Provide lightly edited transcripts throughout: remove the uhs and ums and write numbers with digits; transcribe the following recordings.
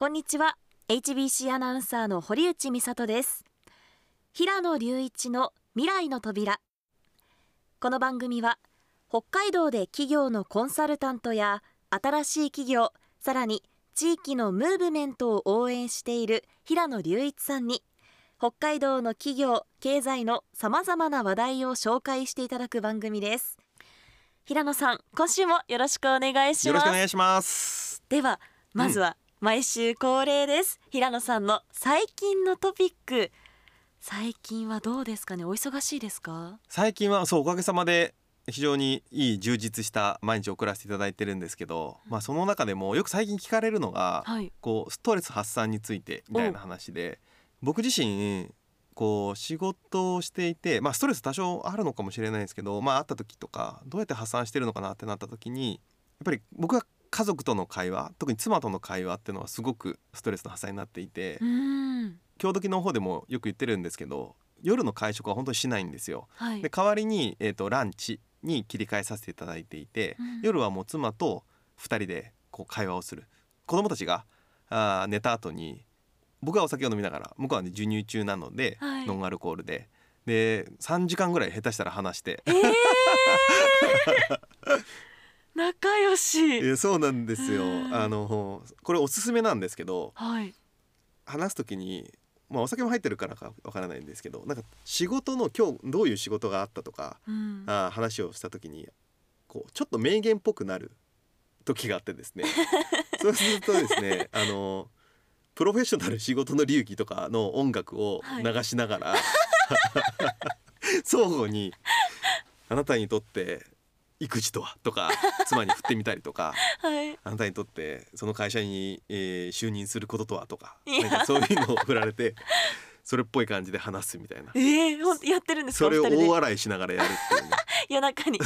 こんにちは。 HBC アナウンサーの堀内美里です。平野隆一の未来の扉。この番組は北海道で企業のコンサルタントや新しい企業、さらに地域のムーブメントを応援している平野隆一さんに北海道の企業経済のさまざまな話題を紹介していただく番組です。平野さん、今週もよろしくお願いします。 よろしくお願いします。 ではまずは、毎週恒例です。平野さんの最近のトピック。最近はどうですかね。お忙しいですか？ 最近はおかげさまで非常にいい充実した毎日を送らせていただいてるんですけど、その中でもよく最近聞かれるのが、ストレス発散についてみたいな話で、僕自身仕事をしていて、ストレス多少あるのかもしれないですけど、会った時とかどうやって発散してるのかなってなった時に、やっぱり僕は家族との会話、特に妻との会話っていうのはすごくストレスの発散になっていて、今日時の方でもよく言ってるんですけど、夜の会食は本当にしないんですよ、で代わりに、ランチに切り替えさせていただいていて、夜はもう妻と2人で会話をする。子供たちが寝た後に僕はお酒を飲みながら、向こうは、授乳中なので、ノンアルコールで3時間ぐらい下手したら話して、 仲良し。 そうなんですよ。これおすすめなんですけど、話すときに、お酒も入ってるからかわからないんですけど、なんか仕事の今日どういう仕事があったとか、話をしたときにちょっと名言っぽくなる時があってですねそうするとですね、プロフェッショナル仕事の流儀とかの音楽を流しながら、相互にあなたにとって育児とはとか妻に振ってみたりとか、あなたにとってその会社に、就任することとはとか、なんかそういうのを振られてそれっぽい感じで話すみたいな、 ほんとやってるんですか？ それを大笑いしながらやるっていうね夜中に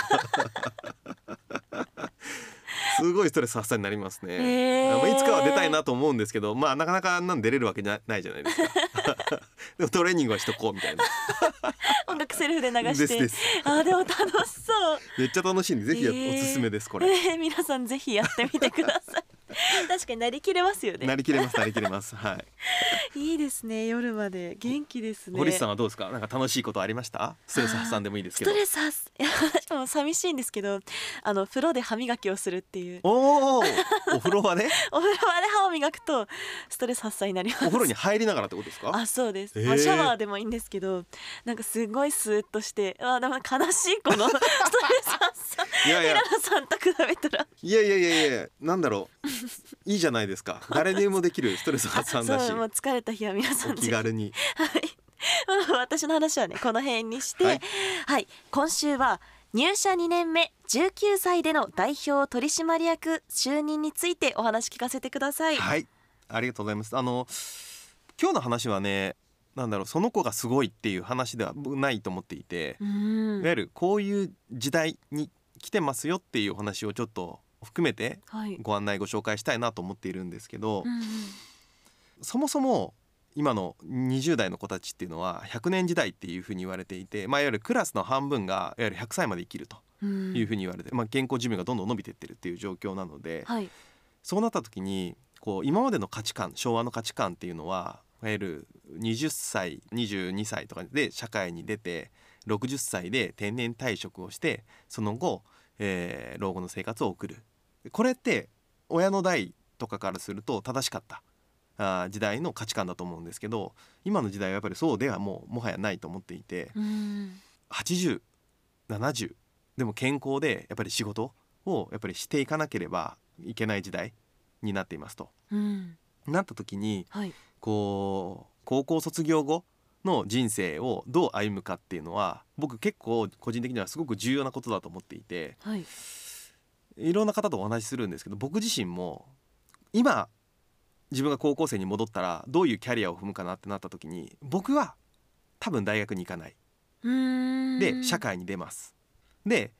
すごいストレス発散になりますね。いつかは出たいなと思うんですけど、なかなか出れるわけじゃないじゃないですかでもトレーニングはしとこうみたいな音楽セルフで流してですでも楽しそうめっちゃ楽しいんで、ぜひおすすめですこれ、 皆さんぜひやってみてください確かになりきれますよね。 なりきれますいいですね。夜まで元気ですね。 堀内さんはどうですか？なんか楽しいことありました？ストレス発散でもいいですけど。 ストレス発散、私も寂しいんですけど、風呂で歯磨きをするっていう。 お風呂場でお風呂場で歯を磨くとストレス発散になります。 お風呂に入りながらってことですか？ そうです、シャワーでもいいんですけど、なんかすごいスーッとして、でも悲しいこのストレス発散平野さんと比べたらいやなんだろういいじゃないですか。誰にもできるストレス発散だしもう疲れた日は皆さんお気軽に私の話はねこの辺にして、今週は入社2年目19歳での代表取締役就任についてお話聞かせてください。 はい、ありがとうございます。今日の話はね、その子がすごいっていう話ではないと思っていて、いわゆるこういう時代に来てますよっていうお話をちょっと含めてご案内ご紹介したいなと思っているんですけど、そもそも今の20代の子たちっていうのは100年時代っていうふうに言われていて、いわゆるクラスの半分がいわゆる100歳まで生きるというふうに言われて、健康寿命がどんどん伸びていってるっていう状況なので、そうなった時に今までの価値観、昭和の価値観っていうのはいわゆる20歳22歳とかで社会に出て60歳で定年退職をして、その後、老後の生活を送る。これって親の代とかからすると正しかった時代の価値観だと思うんですけど、今の時代はやっぱりそうではもはやないと思っていて、80、70でも健康でやっぱり仕事をやっぱりしていかなければいけない時代になっていますと、なった時に、高校卒業後の人生をどう歩むかっていうのは僕結構個人的にはすごく重要なことだと思っていて、いろんな方とお話しするんですけど、僕自身も今自分が高校生に戻ったらどういうキャリアを踏むかなってなった時に、僕は多分大学に行かないで社会に出ます。で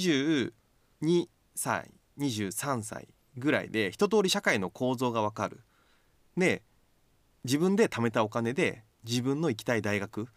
22歳23歳ぐらいで一通り社会の構造が分かる。で自分で貯めたお金で自分の行きたい大学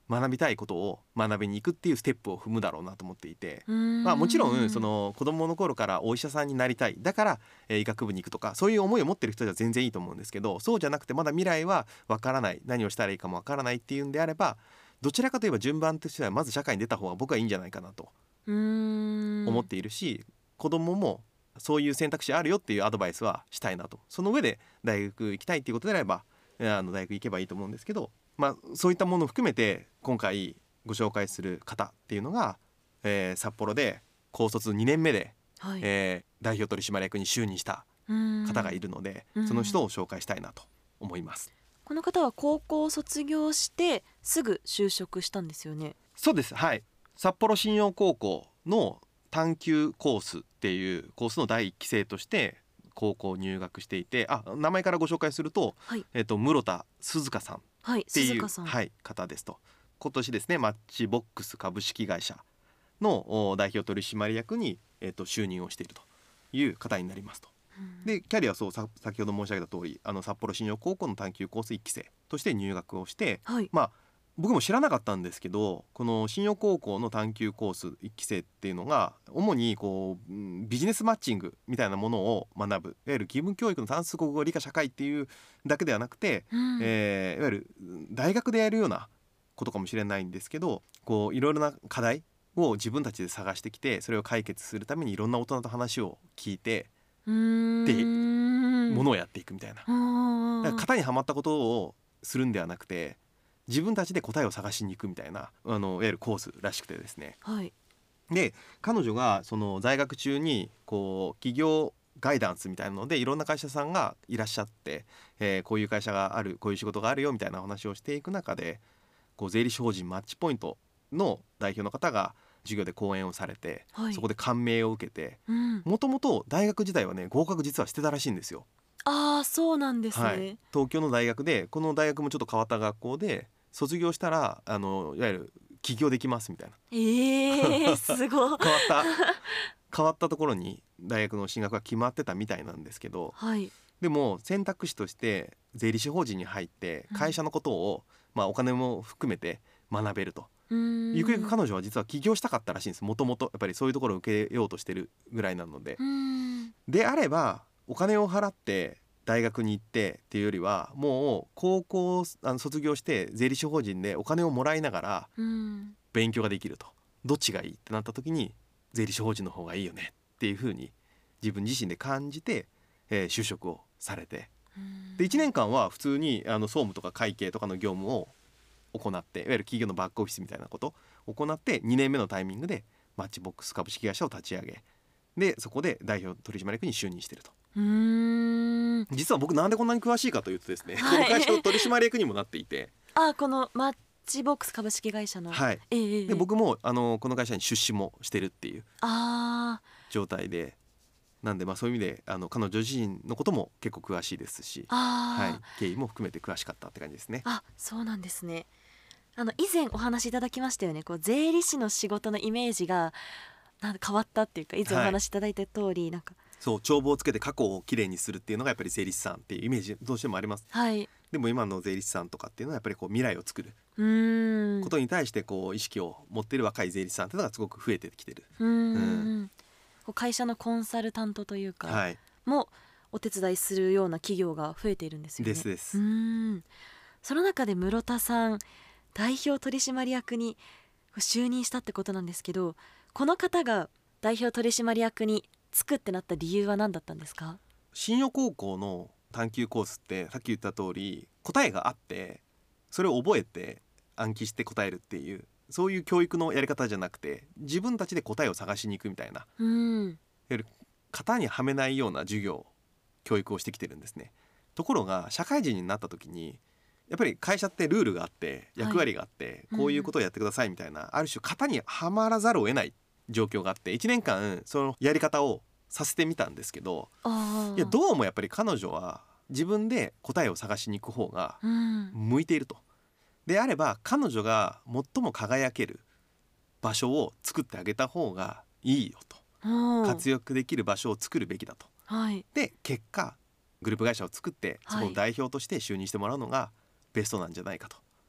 学びたいことを学びに行くっていうステップを踏むだろうなと思っていて、もちろんその子供の頃からお医者さんになりたいだから、医学部に行くとかそういう思いを持ってる人は全然いいと思うんですけど、そうじゃなくてまだ未来はわからない、何をしたらいいかもわからないっていうんであれば、どちらかといえば順番としてはまず社会に出た方が僕はいいんじゃないかなと思っているし、子供もそういう選択肢あるよっていうアドバイスはしたいなと。その上で大学行きたいっていうことであれば大学行けばいいと思うんですけど、そういったものを含めて今回ご紹介する方っていうのが、札幌で高卒2年目で、 はい、 代表取締役に就任した方がいるので、その人を紹介したいなと思います。 この方は高校を卒業してすぐ就職したんですよね。 そうです、はい。札幌新陽高校の探究コースっていうコースの第1期生として高校入学していて、名前からご紹介すると、 はい、 室田鈴香さんはい、 っていう、 鈴鹿さん、 方ですと。今年ですねマッチボックス株式会社の代表取締役に、就任をしているという方になりますと。でキャリアは先ほど申し上げた通り札幌新陽高校の探究コース1期生として入学をして、 はい、 僕も知らなかったんですけど、この新陽高校の探究コース1期生っていうのが主にビジネスマッチングみたいなものを学ぶ、いわゆる義務教育の算数国語理科社会っていうだけではなくて、いわゆる大学でやるようなことかもしれないんですけど、いろいろな課題を自分たちで探してきて、それを解決するためにいろんな大人と話を聞いてでものをやっていくみたいな。だから型にはまったことをするんではなくて、自分たちで答えを探しに行くみたいないわゆるコースらしくてですね、 はい、 で彼女がその在学中に企業ガイダンスみたいなのでいろんな会社さんがいらっしゃって、こういう会社がある、こういう仕事があるよみたいなお話をしていく中で、税理士法人マッチポイントの代表の方が授業で講演をされて、 はい、 そこで感銘を受けて、もともと大学時代はね合格実はしてたらしいんですよ。 そうなんですね、 はい、東京の大学で、この大学もちょっと変わった学校で卒業したらいわゆる起業できますみたいな、 すごい変わったところに大学の進学が決まってたみたいなんですけど、 はい、 でも選択肢として税理士法人に入って会社のことを、お金も含めて学べると。ゆくゆく彼女は実は起業したかったらしいんです。もともとやっぱりそういうところを受けようとしてるぐらいなので、であればお金を払って大学に行ってっていうよりは、もう高校を卒業して税理士法人でお金をもらいながら勉強ができると、どっちがいいってなった時に税理士法人の方がいいよねっていうふうに自分自身で感じて、就職をされて、で1年間は普通に総務とか会計とかの業務を行って、いわゆる企業のバックオフィスみたいなことを行って、2年目のタイミングでマッチボックス株式会社を立ち上げ、でそこで代表取締役に就任していると。実は僕なんでこんなに詳しいかというとですね、この会社の取締役にもなっていてこのマッチボックス株式会社の、 で僕もこの会社に出資もしてるっていう状態で、なんでそういう意味で彼女自身のことも結構詳しいですし、経緯も含めて詳しかったって感じですね。 そうなんですね。以前お話しいただきましたよね、税理士の仕事のイメージが変わったっていうか、以前お話しいただいた通り、 そう帳簿をつけて過去をきれいにするっていうのがやっぱり税理士さんっていうイメージどうしてもあります、でも今の税理士さんとかっていうのはやっぱり未来を作ることに対して意識を持っている若い税理士さんっていうのがすごく増えてきてる。 会社のコンサルタントというか、もお手伝いするような企業が増えているんですよね。 です。 その中で室田さん代表取締役に就任したってことなんですけど、この方が代表取締役につくってなった理由は何だったんですか？ 新陽高校の探究コースってさっき言った通り答えがあって、それを覚えて暗記して答えるっていう、そういう教育のやり方じゃなくて、自分たちで答えを探しに行くみたいな、いわゆる型にはめないような授業教育をしてきてるんですね。ところが社会人になった時にやっぱり会社ってルールがあって役割があって、こういうことをやってくださいみたいな、ある種型にはまらざるを得ない状況があって、1年間そのやり方をさせてみたんですけど、いやどうもやっぱり彼女は自分で答えを探しに行く方が向いていると。であれば彼女が最も輝ける場所を作ってあげた方がいいよと、活躍できる場所を作るべきだと、で結果グループ会社を作ってそこの代表として就任してもらうのがベストなんじゃないかと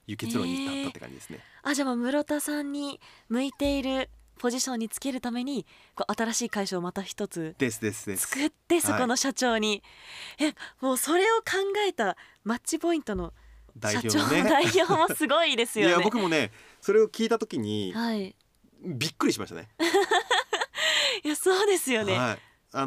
いう結論に至ったって感じですね。 じゃあもう室田さんに向いているポジションにつけるために新しい会社をまた一つ作ってそこの社長に、もうそれを考えたマッチポイントの社長代表もすごいですよね。 いや僕もねそれを聞いた時に、びっくりしましたね。 いやそうですよね、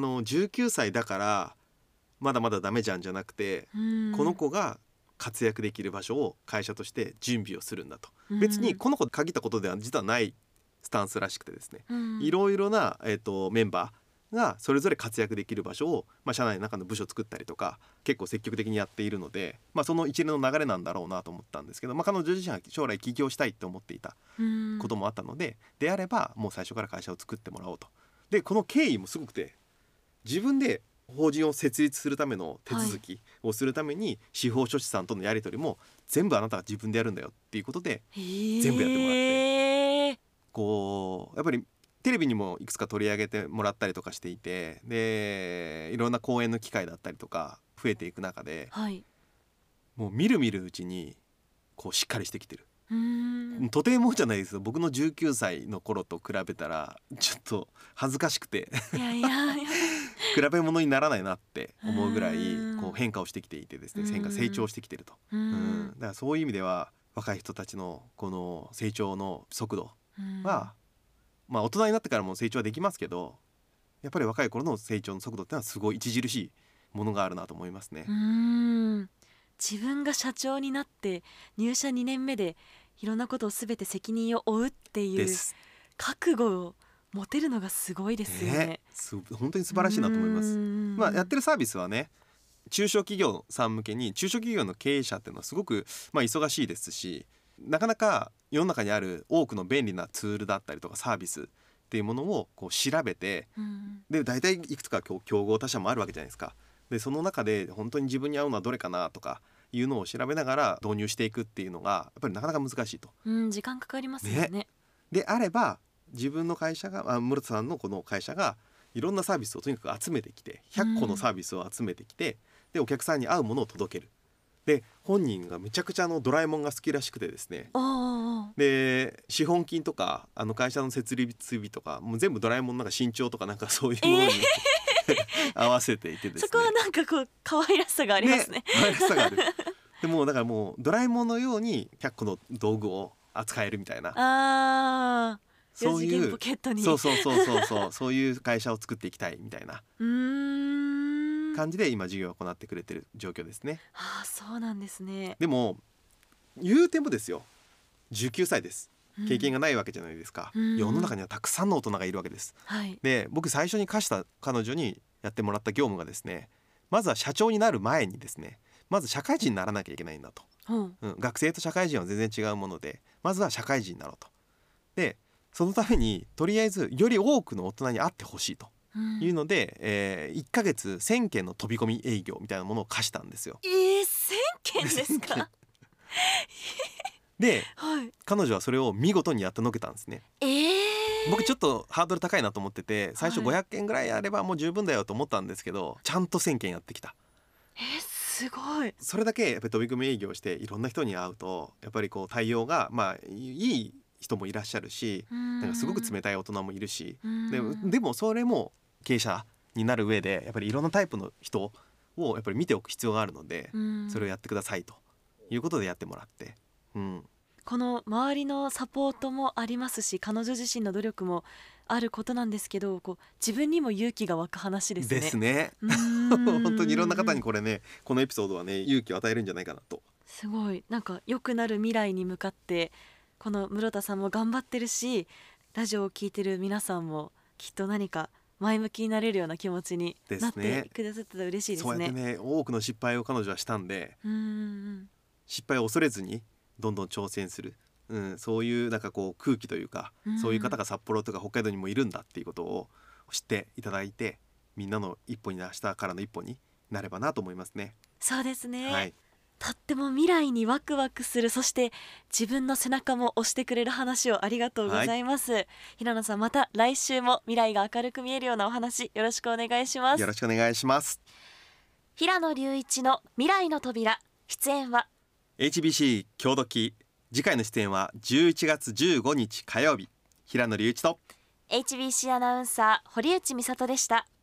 19歳だからまだまだダメじゃんじゃなくて、この子が活躍できる場所を会社として準備をするんだと、別にこの子に限ったことでは実はないスタンスらしくてですね、いろいろな、メンバーがそれぞれ活躍できる場所を、社内の中の部署を作ったりとか結構積極的にやっているので、その一連の流れなんだろうなと思ったんですけど、彼女自身は将来起業したいと思っていたこともあったので、であればもう最初から会社を作ってもらおうと。でこの経緯もすごくて、自分で法人を設立するための手続きをするために、司法書士さんとのやり取りも全部あなたが自分でやるんだよっていうことで全部やってもらって、やっぱりテレビにもいくつか取り上げてもらったりとかしていて、でいろんな講演の機会だったりとか増えていく中で、もうみるみるうちにしっかりしてきてる。とてもじゃないですよ、僕の19歳の頃と比べたらちょっと恥ずかしくて比べ物にならないなって思うぐらい変化をしてきていてですね、成長してきてると。だからそういう意味では若い人たちのこの成長の速度は、大人になってからも成長はできますけど、やっぱり若い頃の成長の速度ってのはすごい著しいものがあるなと思いますね。 自分が社長になって入社2年目でいろんなことを全て責任を負うっていう覚悟を持てるのがすごいですよね。 本当に素晴らしいなと思います。やってるサービスはね、中小企業さん向けに、中小企業の経営者っていうのはすごく忙しいですし、なかなか世の中にある多くの便利なツールだったりとかサービスっていうものを調べて、で大体いくつか競合他社もあるわけじゃないですか。でその中で本当に自分に合うのはどれかなとかいうのを調べながら導入していくっていうのがやっぱりなかなか難しいと。 時間かかりますよね。 であれば自分の会社が、室田さんのこの会社がいろんなサービスをとにかく集めてきて、100個のサービスを集めてきて、でお客さんに合うものを届ける。で本人がめちゃくちゃドラえもんが好きらしくてですね、で資本金とか会社の設立日とかもう全部ドラえもんの身長とかそういうものに、合わせていてですね、 そこは可愛らしさがありますね。 可愛らしさがある。でもだからもうドラえもんのように100個の道具を扱えるみたいな、そういうポケットにそういう会社を作っていきたいみたいな感じで今事業を行ってくれてる状況ですね。 そうなんですね。 でも言うてもですよ、19歳です。経験がないわけじゃないですか。世の中にはたくさんの大人がいるわけです。で僕最初に課した彼女にやってもらった業務がですね、まずは社長になる前にですね、まず社会人にならなきゃいけないんだと。学生と社会人は全然違うもので、まずは社会人になろうと。でそのためにとりあえずより多くの大人に会ってほしいというので、1ヶ月1000件の飛び込み営業みたいなものを課したんですよ。 1000件ですか？ で、彼女はそれを見事にやってのけたんですね。僕ちょっとハードル高いなと思ってて、最初500件ぐらいあればもう十分だよと思ったんですけど、ちゃんと1000件やってきた。 すごい。 それだけやっぱり飛び込み営業していろんな人に会うと、やっぱり対応がいい人もいらっしゃるし、すごく冷たい大人もいるし、でもそれも経営者になる上でやっぱりいろんなタイプの人をやっぱり見ておく必要があるので、それをやってくださいということでやってもらって、 この周りのサポートもありますし、彼女自身の努力もあることなんですけど、自分にも勇気が湧く話ですね。 ですね。本当にいろんな方にこのエピソードはね、勇気を与えるんじゃないかなと。 すごい良くなる未来に向かってこの室田さんも頑張ってるし、ラジオを聞いてる皆さんもきっと何か前向きになれるような気持ちになってくださったら嬉しいですね。 そうやってね、多くの失敗を彼女はしたんで、失敗を恐れずにどんどん挑戦する、そういう空気というか、そういう方が札幌とか北海道にもいるんだっていうことを知っていただいて、みんなの一歩に明日からの一歩になればなと思いますね。 そうですね、とっても未来にワクワクする、そして自分の背中も押してくれる話をありがとうございます、平野さん、また来週も未来が明るく見えるようなお話よろしくお願いします。 よろしくお願いします。 平野隆一の未来の扉、出演は HBC 郷土記次回の出演は11月15日火曜日、平野隆一と HBC アナウンサー堀内美里でした。